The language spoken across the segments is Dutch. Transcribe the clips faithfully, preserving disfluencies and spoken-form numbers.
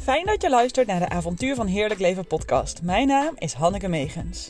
Fijn dat je luistert naar de Avontuur van Heerlijk Leven podcast. Mijn naam is Hanneke Megens.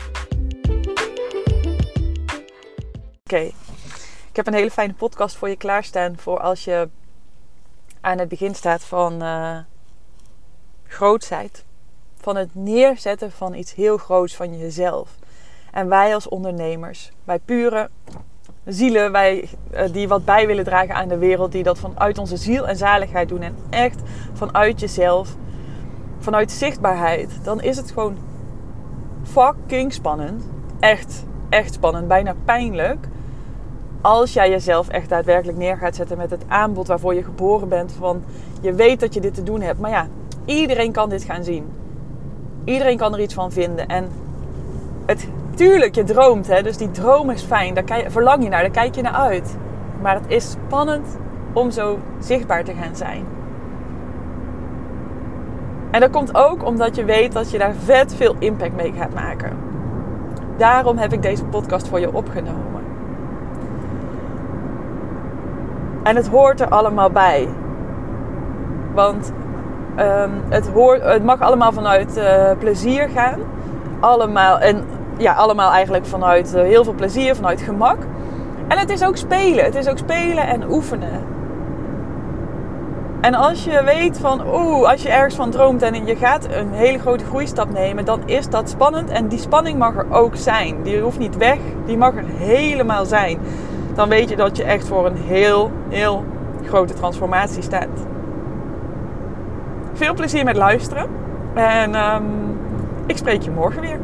Oké, okay. Ik heb een hele fijne podcast voor je klaarstaan voor als je aan het begin staat van uh, grootsheid. Van het neerzetten van iets heel groots van jezelf. En wij als ondernemers, wij pure zielen, wij uh, die wat bij willen dragen aan de wereld, die dat vanuit onze ziel en zaligheid doen en echt vanuit jezelf, vanuit zichtbaarheid, dan is het gewoon fucking spannend. Echt, echt spannend, bijna pijnlijk. Als jij jezelf echt daadwerkelijk neer gaat zetten met het aanbod waarvoor je geboren bent. Van je weet dat je dit te doen hebt. Maar ja, iedereen kan dit gaan zien. Iedereen kan er iets van vinden. En het, tuurlijk, je droomt. Hè? Dus die droom is fijn. Daar kijk, verlang je naar. Daar kijk je naar uit. Maar het is spannend om zo zichtbaar te gaan zijn. En dat komt ook omdat je weet dat je daar vet veel impact mee gaat maken. Daarom heb ik deze podcast voor je opgenomen. En het hoort er allemaal bij. Want um, het, hoort, het mag allemaal vanuit uh, plezier gaan. Allemaal, en ja, allemaal eigenlijk vanuit uh, heel veel plezier, vanuit gemak. En het is ook spelen. Het is ook spelen en oefenen. En als je weet van, oeh, als je ergens van droomt en je gaat een hele grote groeistap nemen, dan is dat spannend. En die spanning mag er ook zijn. Die hoeft niet weg, die mag er helemaal zijn. Dan weet je dat je echt voor een heel, heel grote transformatie staat. Veel plezier met luisteren. En um, ik spreek je morgen weer.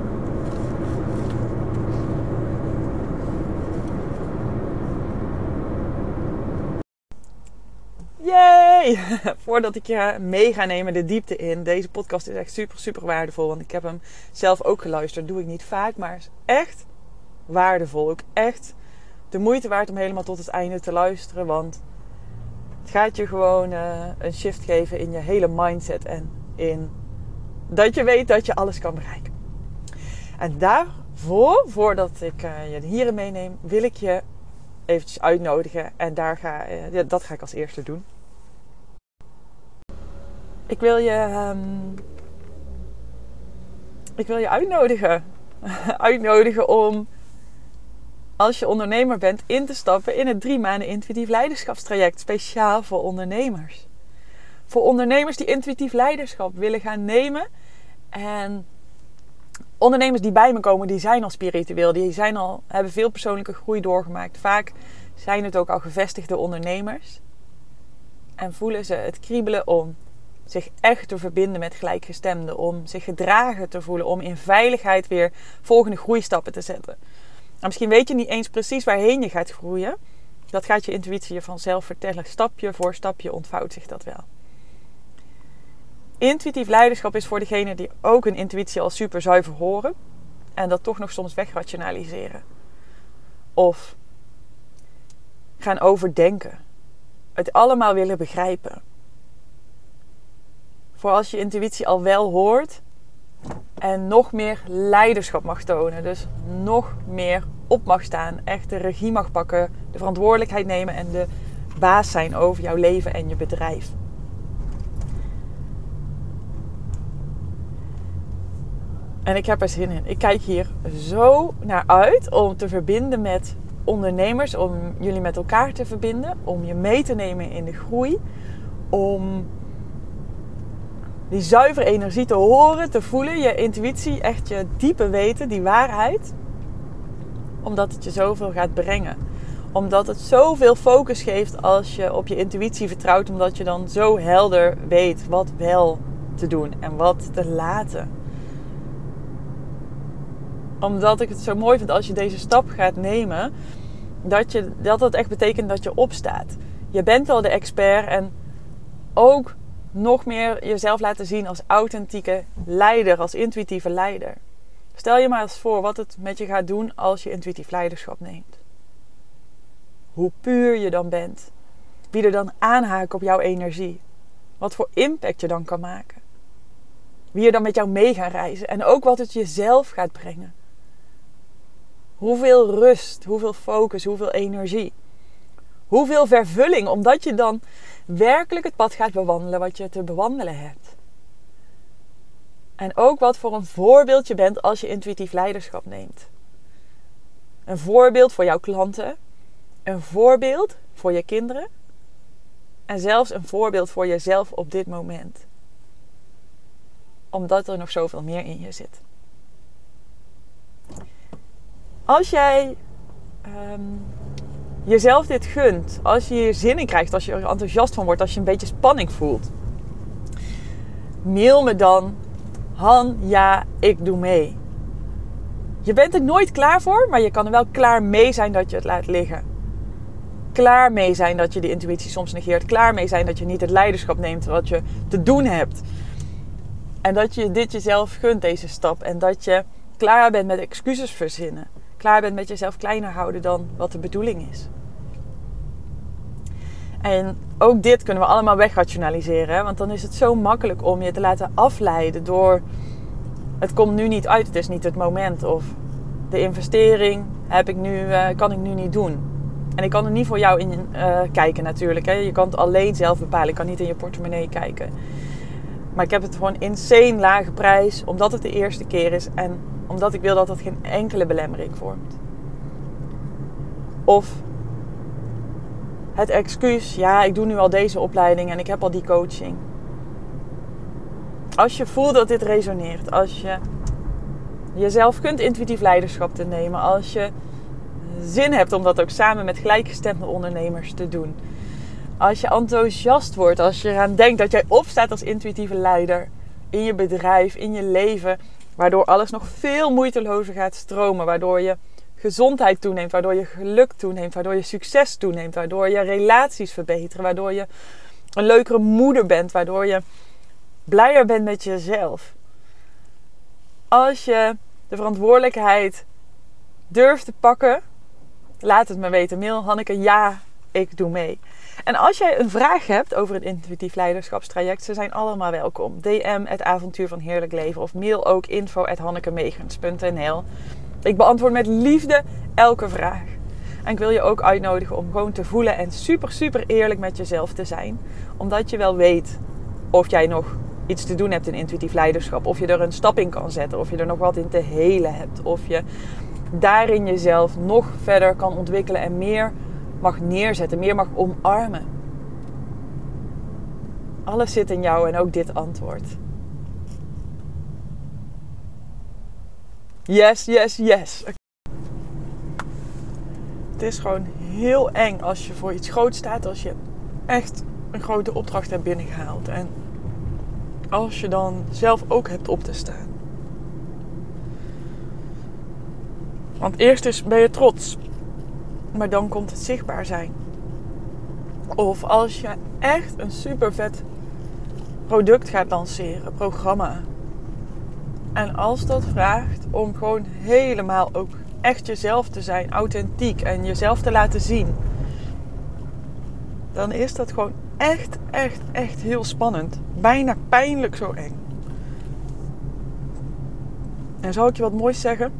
Yay! Voordat ik je mee ga nemen de diepte in. Deze podcast is echt super, super waardevol. Want ik heb hem zelf ook geluisterd. Dat doe ik niet vaak, maar is echt waardevol. Ook echt de moeite waard om helemaal tot het einde te luisteren. Want het gaat je gewoon uh, een shift geven in je hele mindset. En in dat je weet dat je alles kan bereiken. En daarvoor, voordat ik uh, je hierin meeneem, wil ik je eventjes uitnodigen. En daar ga, uh, dat ga ik als eerste doen. Ik wil je, um, ik wil je uitnodigen. uitnodigen om, als je ondernemer bent, in te stappen in het drie maanden intuïtief leiderschapstraject. Speciaal voor ondernemers. Voor ondernemers die intuïtief leiderschap willen gaan nemen. En ondernemers die bij me komen, die zijn al spiritueel. Die zijn al, hebben veel persoonlijke groei doorgemaakt. Vaak zijn het ook al gevestigde ondernemers. En voelen ze het kriebelen om zich echt te verbinden met gelijkgestemden. Om zich gedragen te voelen. Om in veiligheid weer volgende groeistappen te zetten. Nou, misschien weet je niet eens precies waarheen je gaat groeien. Dat gaat je intuïtie je vanzelf vertellen. Stapje voor stapje ontvouwt zich dat wel. Intuïtief leiderschap is voor degenen die ook hun intuïtie al super zuiver horen. En dat toch nog soms wegrationaliseren. Of gaan overdenken. Het allemaal willen begrijpen. Voor als je intuïtie al wel hoort. En nog meer leiderschap mag tonen. Dus nog meer op mag staan. Echt de regie mag pakken. De verantwoordelijkheid nemen. En de baas zijn over jouw leven en je bedrijf. En ik heb er zin in. Ik kijk hier zo naar uit om te verbinden met ondernemers. Om jullie met elkaar te verbinden. Om je mee te nemen in de groei. Om die zuivere energie te horen, te voelen. Je intuïtie, echt je diepe weten, die waarheid. Omdat het je zoveel gaat brengen. Omdat het zoveel focus geeft als je op je intuïtie vertrouwt. Omdat je dan zo helder weet wat wel te doen en wat te laten. Omdat ik het zo mooi vind als je deze stap gaat nemen. Dat, je, dat dat echt betekent dat je opstaat. Je bent al de expert en ook nog meer jezelf laten zien als authentieke leider, als intuïtieve leider. Stel je maar eens voor wat het met je gaat doen als je intuïtief leiderschap neemt. Hoe puur je dan bent. Wie er dan aanhaakt op jouw energie. Wat voor impact je dan kan maken. Wie er dan met jou mee gaat reizen. En ook wat het jezelf gaat brengen. Hoeveel rust, hoeveel focus, hoeveel energie. Hoeveel vervulling, omdat je dan werkelijk het pad gaat bewandelen wat je te bewandelen hebt. En ook wat voor een voorbeeld je bent als je intuïtief leiderschap neemt. Een voorbeeld voor jouw klanten. Een voorbeeld voor je kinderen. En zelfs een voorbeeld voor jezelf op dit moment. Omdat er nog zoveel meer in je zit. Als jij um, jezelf dit gunt. Als je hier zin in krijgt. Als je er enthousiast van wordt. Als je een beetje spanning voelt. Mail me dan. Han, ja, ik doe mee. Je bent er nooit klaar voor. Maar je kan er wel klaar mee zijn dat je het laat liggen. Klaar mee zijn dat je de intuïtie soms negeert. Klaar mee zijn dat je niet het leiderschap neemt wat je te doen hebt. En dat je dit jezelf gunt, deze stap. En dat je klaar bent met excuses verzinnen. Klaar bent met jezelf kleiner houden dan wat de bedoeling is. En ook dit kunnen we allemaal wegrationaliseren. Hè? Want dan is het zo makkelijk om je te laten afleiden door... Het komt nu niet uit, het is niet het moment. Of de investering heb ik nu, uh, kan ik nu niet doen. En ik kan er niet voor jou in uh, kijken natuurlijk. Hè? Je kan het alleen zelf bepalen. Ik kan niet in je portemonnee kijken. Maar ik heb het gewoon insane lage prijs. Omdat het de eerste keer is. En omdat ik wil dat het geen enkele belemmering vormt. Of het excuus. Ja, ik doe nu al deze opleiding. En ik heb al die coaching. Als je voelt dat dit resoneert. Als je jezelf kunt intuïtief leiderschap te nemen. Als je zin hebt om dat ook samen met gelijkgestemde ondernemers te doen. Als je enthousiast wordt, als je eraan denkt dat jij opstaat als intuïtieve leider in je bedrijf, in je leven, waardoor alles nog veel moeitelozer gaat stromen, waardoor je gezondheid toeneemt, waardoor je geluk toeneemt, waardoor je succes toeneemt, waardoor je relaties verbeteren, waardoor je een leukere moeder bent, waardoor je blijer bent met jezelf. Als je de verantwoordelijkheid durft te pakken, laat het me weten. Mail Hanneke, ja, ik doe mee. En als jij een vraag hebt over het intuïtief leiderschapstraject, ze zijn allemaal welkom. D M het avontuur van heerlijk leven of mail ook info at hannekemegens punt n l. Ik beantwoord met liefde elke vraag. En ik wil je ook uitnodigen om gewoon te voelen en super, super eerlijk met jezelf te zijn. Omdat je wel weet of jij nog iets te doen hebt in intuïtief leiderschap. Of je er een stap in kan zetten. Of je er nog wat in te helen hebt. Of je daarin jezelf nog verder kan ontwikkelen en meer mag neerzetten, meer mag omarmen. Alles zit in jou en ook dit antwoord. Yes, yes, yes. Het is gewoon heel eng als je voor iets groots staat, als je echt een grote opdracht hebt binnengehaald. En als je dan zelf ook hebt op te staan. Want eerst is, ben je trots. Maar dan komt het zichtbaar zijn. Of als je echt een super vet product gaat lanceren, programma. En als dat vraagt om gewoon helemaal ook echt jezelf te zijn, authentiek en jezelf te laten zien. Dan is dat gewoon echt, echt, echt heel spannend. Bijna pijnlijk zo eng. En zal ik je wat moois zeggen?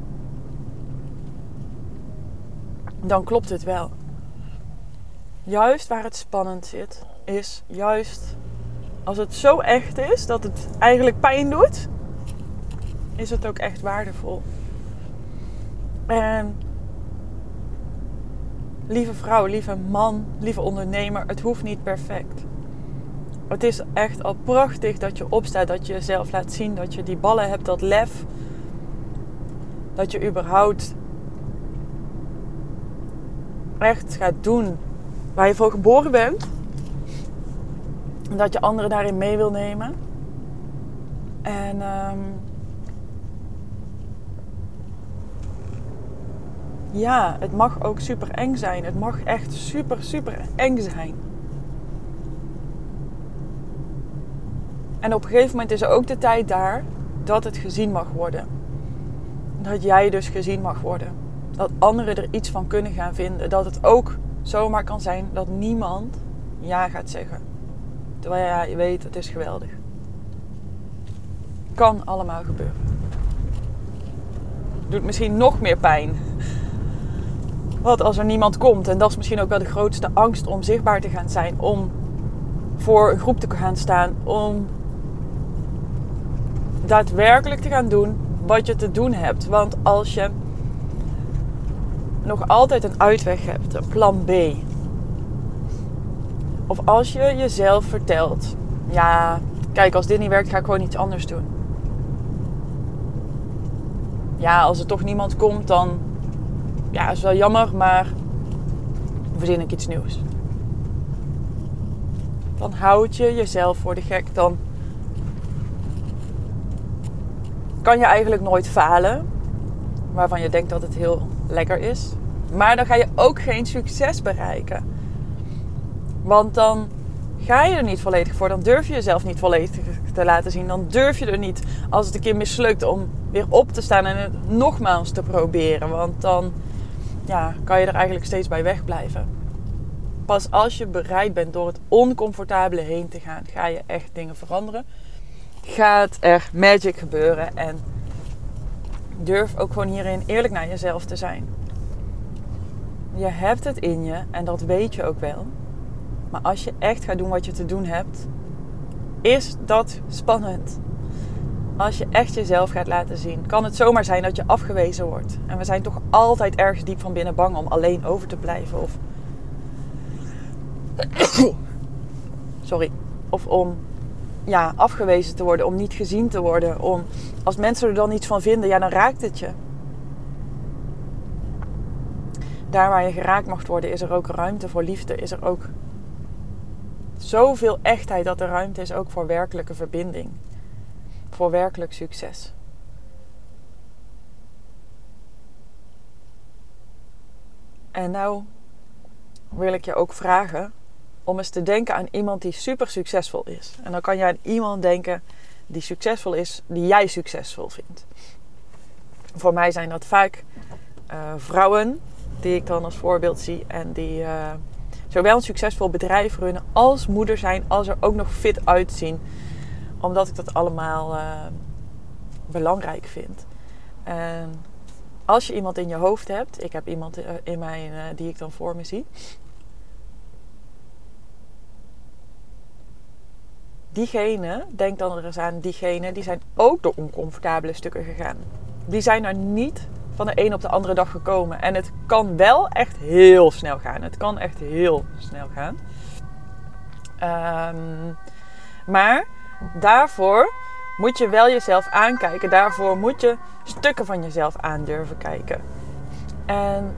Dan klopt het wel. Juist waar het spannend zit, is juist als het zo echt is dat het eigenlijk pijn doet, is het ook echt waardevol. En lieve vrouw, lieve man, lieve ondernemer, het hoeft niet perfect. Het is echt al prachtig dat je opstaat, dat je jezelf laat zien, dat je die ballen hebt, dat lef. Dat je überhaupt echt gaat doen waar je voor geboren bent. En dat je anderen daarin mee wil nemen. En um, ja, het mag ook super eng zijn. Het mag echt super, super eng zijn. En op een gegeven moment is er ook de tijd daar dat het gezien mag worden. Dat jij dus gezien mag worden. Dat anderen er iets van kunnen gaan vinden. Dat het ook zomaar kan zijn dat niemand ja gaat zeggen. Terwijl ja, je weet, het is geweldig. Kan allemaal gebeuren. Doet misschien nog meer pijn. Wat als er niemand komt? En dat is misschien ook wel de grootste angst om zichtbaar te gaan zijn. Om voor een groep te gaan staan. Om daadwerkelijk te gaan doen wat je te doen hebt. Want als je nog altijd een uitweg hebt, een plan B. Of als je jezelf vertelt, ja, kijk, als dit niet werkt, ga ik gewoon iets anders doen. Ja, als er toch niemand komt, dan, ja, is wel jammer, maar verzin ik iets nieuws. Dan houd je jezelf voor de gek. Dan kan je eigenlijk nooit falen, waarvan je denkt dat het heel lekker is. Maar dan ga je ook geen succes bereiken. Want dan ga je er niet volledig voor. Dan durf je jezelf niet volledig te laten zien. Dan durf je er niet, als het een keer mislukt, om weer op te staan en het nogmaals te proberen. Want dan ja, kan je er eigenlijk steeds bij wegblijven. Pas als je bereid bent door het oncomfortabele heen te gaan, ga je echt dingen veranderen. Gaat er magic gebeuren. En durf ook gewoon hierin eerlijk naar jezelf te zijn. Je hebt het in je en dat weet je ook wel. Maar als je echt gaat doen wat je te doen hebt, is dat spannend. Als je echt jezelf gaat laten zien, kan het zomaar zijn dat je afgewezen wordt. En we zijn toch altijd ergens diep van binnen bang om alleen over te blijven. Of Sorry. Of om ja, afgewezen te worden, om niet gezien te worden. Om, als mensen er dan iets van vinden, ja, dan raakt het je. Daar waar je geraakt mag worden, is er ook ruimte voor liefde. Is er ook zoveel echtheid dat er ruimte is ook voor werkelijke verbinding. Voor werkelijk succes. En nou wil ik je ook vragen om eens te denken aan iemand die super succesvol is. En dan kan je aan iemand denken die succesvol is, die jij succesvol vindt. Voor mij zijn dat vaak uh, vrouwen die ik dan als voorbeeld zie en die uh, zowel een succesvol bedrijf runnen als moeder zijn, als er ook nog fit uitzien. Omdat ik dat allemaal uh, belangrijk vind. En als je iemand in je hoofd hebt, ik heb iemand in mij uh, die ik dan voor me zie. Diegene, denk dan er eens aan, diegene, die zijn ook door oncomfortabele stukken gegaan. Die zijn er niet van de een op de andere dag gekomen. En het kan wel echt heel snel gaan. Het kan echt heel snel gaan. Um, maar daarvoor moet je wel jezelf aankijken. Daarvoor moet je stukken van jezelf aan durven kijken. En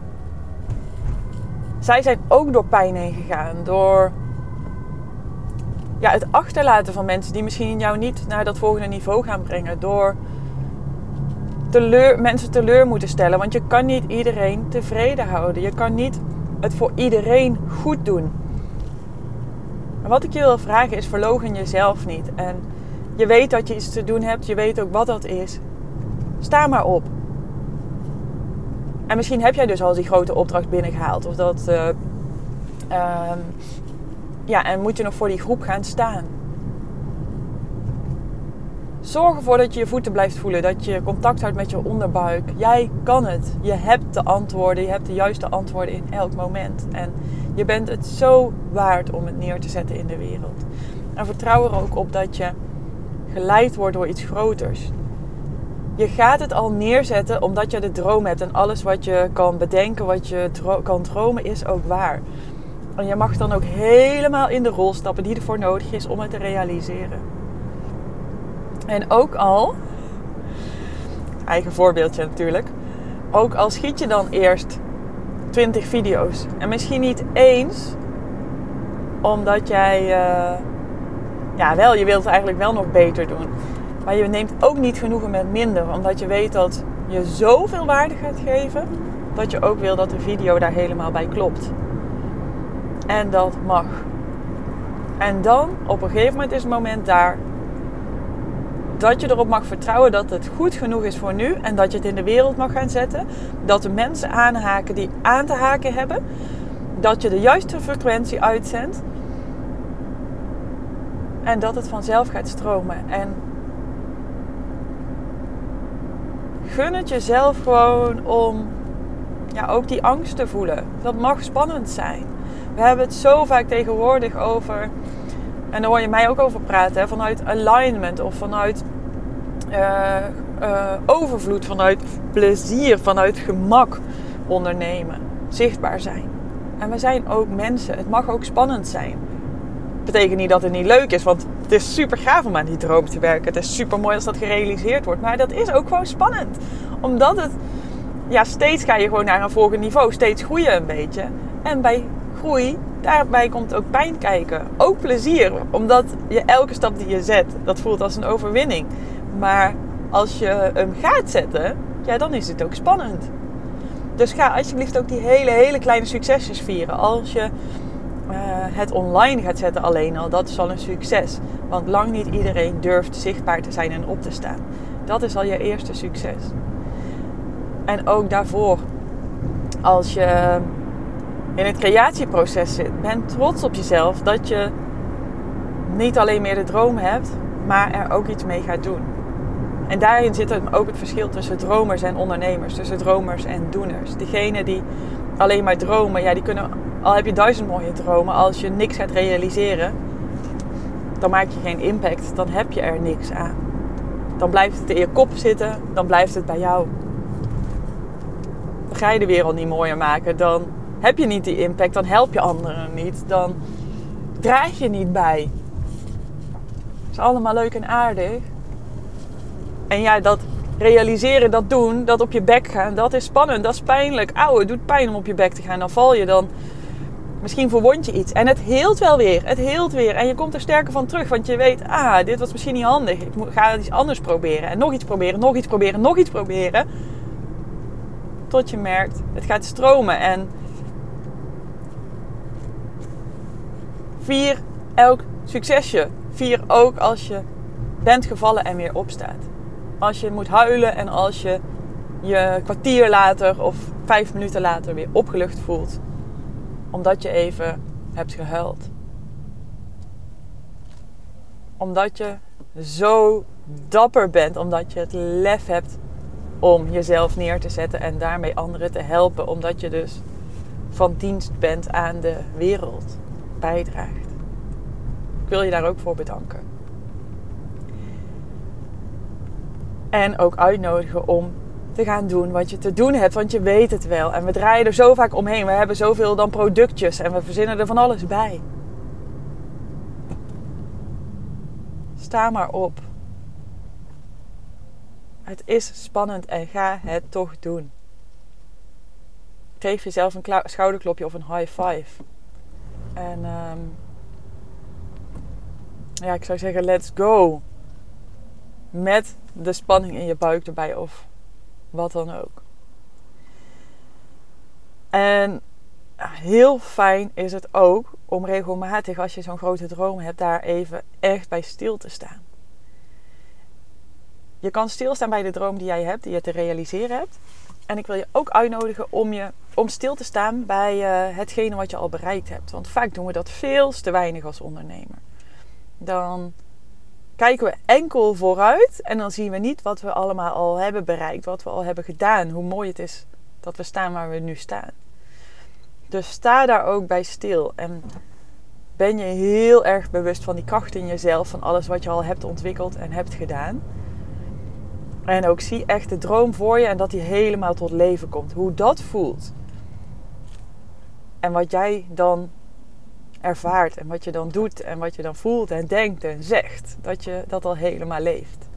zij zijn ook door pijn heen gegaan. Door ja, het achterlaten van mensen die misschien jou niet naar dat volgende niveau gaan brengen. Door teleur, mensen teleur moeten stellen. Want je kan niet iedereen tevreden houden. Je kan niet het voor iedereen goed doen. En wat ik je wil vragen is, verloochen jezelf niet. En je weet dat je iets te doen hebt. Je weet ook wat dat is. Sta maar op. En misschien heb jij dus al die grote opdracht binnengehaald. Of dat Uh, uh, ja, en moet je nog voor die groep gaan staan. Zorg ervoor dat je je voeten blijft voelen. Dat je contact houdt met je onderbuik. Jij kan het. Je hebt de antwoorden. Je hebt de juiste antwoorden in elk moment. En je bent het zo waard om het neer te zetten in de wereld. En vertrouw er ook op dat je geleid wordt door iets groters. Je gaat het al neerzetten omdat je de droom hebt. En alles wat je kan bedenken, wat je dro- kan dromen, is ook waar. En je mag dan ook helemaal in de rol stappen die ervoor nodig is om het te realiseren. En ook al, eigen voorbeeldje natuurlijk, ook al schiet je dan eerst twintig video's. En misschien niet eens, omdat jij, uh, ja wel, je wilt het eigenlijk wel nog beter doen. Maar je neemt ook niet genoegen met minder, omdat je weet dat je zoveel waarde gaat geven, dat je ook wil dat de video daar helemaal bij klopt. En dat mag. En dan, op een gegeven moment is het moment daar dat je erop mag vertrouwen dat het goed genoeg is voor nu. En dat je het in de wereld mag gaan zetten. Dat de mensen aanhaken die aan te haken hebben. Dat je de juiste frequentie uitzendt. En dat het vanzelf gaat stromen. En gun het jezelf gewoon om ja, ook die angst te voelen. Dat mag spannend zijn. We hebben het zo vaak tegenwoordig over, en daar hoor je mij ook over praten, hè, vanuit alignment of vanuit uh, uh, overvloed, vanuit plezier, vanuit gemak ondernemen. Zichtbaar zijn. En we zijn ook mensen. Het mag ook spannend zijn. Betekent niet dat het niet leuk is, want het is super gaaf om aan die droom te werken. Het is super mooi als dat gerealiseerd wordt. Maar dat is ook gewoon spannend. Omdat het, ja, steeds ga je gewoon naar een volgend niveau. Steeds groeien een beetje. En bij groei, daarbij komt ook pijn kijken. Ook plezier. Omdat je elke stap die je zet, dat voelt als een overwinning. Maar als je hem gaat zetten, ja, dan is het ook spannend. Dus ga alsjeblieft ook die hele, hele kleine succesjes vieren. Als je Uh, het online gaat zetten alleen al, dat is al een succes. Want lang niet iedereen durft zichtbaar te zijn en op te staan. Dat is al je eerste succes. En ook daarvoor, als je in het creatieproces zit, ben trots op jezelf dat je niet alleen meer de droom hebt, maar er ook iets mee gaat doen. En daarin zit ook het verschil tussen dromers en ondernemers, tussen dromers en doeners. Degene die alleen maar dromen, ja, die kunnen, al heb je duizend mooie dromen, als je niks gaat realiseren, dan maak je geen impact, dan heb je er niks aan. Dan blijft het in je kop zitten, dan blijft het bij jou. Dan ga je de wereld niet mooier maken, dan heb je niet die impact, dan help je anderen niet, dan draag je niet bij. Dat is allemaal leuk en aardig. En ja, dat realiseren, dat doen, dat op je bek gaan, dat is spannend, dat is pijnlijk. Auw, het doet pijn om op je bek te gaan, dan val je, dan misschien verwond je iets. En het heelt wel weer, het heelt weer. En je komt er sterker van terug, want je weet, ah, dit was misschien niet handig. Ik ga iets anders proberen en nog iets proberen, nog iets proberen, nog iets proberen. Tot je merkt, het gaat stromen. En vier elk succesje. Vier ook als je bent gevallen en weer opstaat. Als je moet huilen en als je je kwartier later of vijf minuten later weer opgelucht voelt. Omdat je even hebt gehuild. Omdat je zo dapper bent. Omdat je het lef hebt om jezelf neer te zetten en daarmee anderen te helpen. Omdat je dus van dienst bent aan de wereld. Bijdraagt. Ik wil je daar ook voor bedanken. En ook uitnodigen om te gaan doen wat je te doen hebt. Want je weet het wel. En we draaien er zo vaak omheen. We hebben zoveel dan productjes. En we verzinnen er van alles bij. Sta maar op. Het is spannend en ga het toch doen. Geef jezelf een kla- schouderklopje of een high five. En um, ja, ik zou zeggen, let's go. Met de spanning in je buik erbij of wat dan ook. En heel fijn is het ook om regelmatig, als je zo'n grote droom hebt, daar even echt bij stil te staan. Je kan stilstaan bij de droom die jij hebt, die je te realiseren hebt. En ik wil je ook uitnodigen om, je, om stil te staan bij uh, hetgene wat je al bereikt hebt. Want vaak doen we dat veel te weinig als ondernemer. Dan kijken we enkel vooruit en dan zien we niet wat we allemaal al hebben bereikt. Wat we al hebben gedaan. Hoe mooi het is dat we staan waar we nu staan. Dus sta daar ook bij stil. En ben je heel erg bewust van die kracht in jezelf. Van alles wat je al hebt ontwikkeld en hebt gedaan. En ook zie echt de droom voor je en dat die helemaal tot leven komt. Hoe dat voelt. En wat jij dan ervaart en wat je dan doet en wat je dan voelt en denkt en zegt. Dat je dat al helemaal leeft.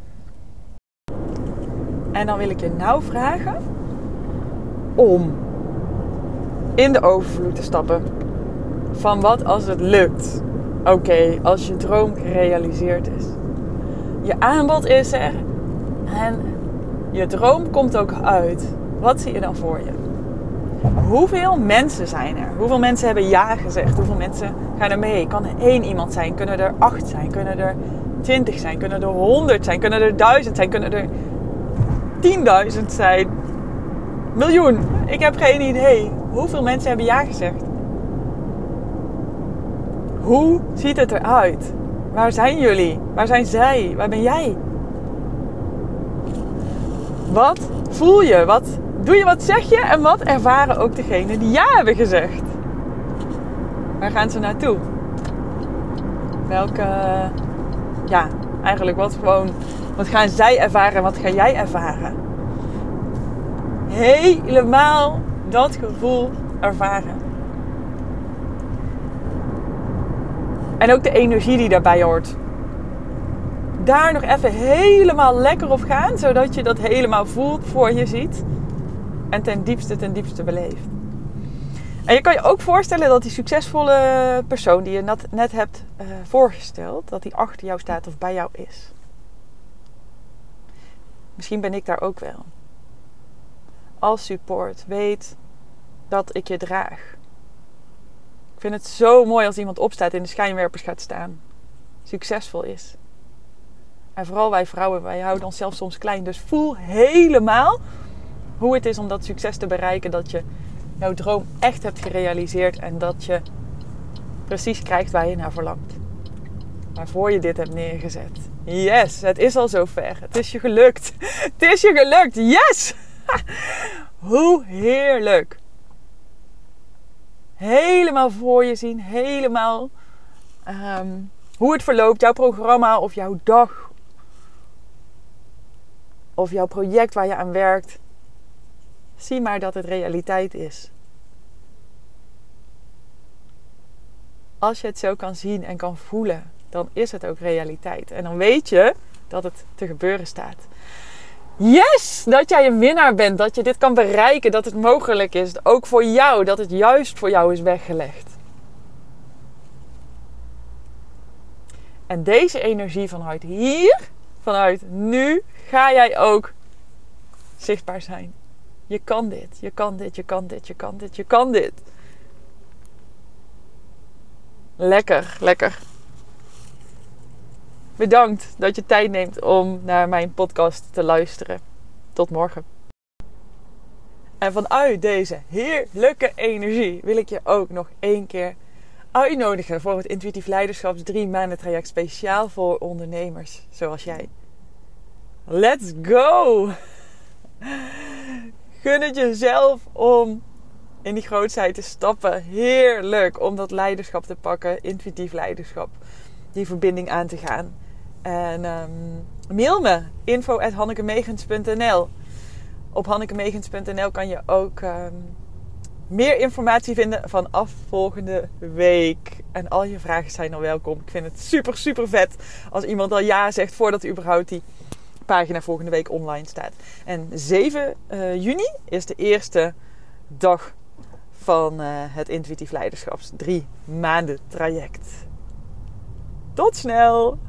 En dan wil ik je nou vragen om in de overvloed te stappen. Van wat als het lukt? Oké, okay, als je droom gerealiseerd is. Je aanbod is er en je droom komt ook uit. Wat zie je dan voor je? Hoeveel mensen zijn er? Hoeveel mensen hebben ja gezegd? Hoeveel mensen gaan er mee? Kan er één iemand zijn? Kunnen er acht zijn? Kunnen er twintig zijn? Kunnen er honderd zijn? Kunnen er duizend zijn? Kunnen er tienduizend zijn? Miljoen? Ik heb geen idee. Hoeveel mensen hebben ja gezegd? Hoe ziet het eruit? Waar zijn jullie? Waar zijn zij? Waar ben jij? Wat voel je? Wat doe je? Wat zeg je? En wat ervaren ook degenen die ja hebben gezegd? Waar gaan ze naartoe? Welke, ja, Eigenlijk wat gewoon, wat gaan zij ervaren en wat ga jij ervaren? Helemaal dat gevoel ervaren. En ook de energie die daarbij hoort. Daar nog even helemaal lekker op gaan, zodat je dat helemaal voelt, voor je ziet. En ten diepste, ten diepste beleeft. En je kan je ook voorstellen dat die succesvolle persoon die je net, net hebt uh, voorgesteld, dat die achter jou staat of bij jou is. Misschien ben ik daar ook wel. Als support, weet dat ik je draag. Ik vind het zo mooi als iemand opstaat, in de schijnwerpers gaat staan. Succesvol is. En vooral wij vrouwen, wij houden onszelf soms klein. Dus voel helemaal hoe het is om dat succes te bereiken. Dat je jouw droom echt hebt gerealiseerd. En dat je precies krijgt waar je naar verlangt. Waarvoor je dit hebt neergezet. Yes, het is al zover. Het is je gelukt. Het is je gelukt. Yes! Hoe heerlijk. Helemaal voor je zien. Helemaal um, hoe het verloopt. Jouw programma of jouw dag. Of jouw project waar je aan werkt. Zie maar dat het realiteit is. Als je het zo kan zien en kan voelen, dan is het ook realiteit. En dan weet je dat het te gebeuren staat. Yes! Dat jij een winnaar bent. Dat je dit kan bereiken. Dat het mogelijk is. Ook voor jou. Dat het juist voor jou is weggelegd. En deze energie vanuit hier, vanuit nu, ga jij ook zichtbaar zijn. Je kan dit. Je kan dit. Je kan dit. Je kan dit. Je kan dit. Lekker. Lekker. Bedankt dat je tijd neemt om naar mijn podcast te luisteren. Tot morgen. En vanuit deze heerlijke energie wil ik je ook nog één keer uitnodigen voor het Intuïtief Leiderschaps drie maanden traject speciaal voor ondernemers zoals jij. Let's go! Gun het jezelf om in die grootheid te stappen. Heerlijk om dat leiderschap te pakken. Intuïtief leiderschap. Die verbinding aan te gaan. En um, mail me. info at hannekemegens punt n l. Op hannekemegens punt n l kan je ook um, meer informatie vinden vanaf volgende week. En al je vragen zijn al welkom. Ik vind het super, super vet als iemand al ja zegt voordat überhaupt die pagina volgende week online staat. En zeven juni is de eerste dag van uh, het Intuïtief Leiderschaps drie maanden traject. Tot snel!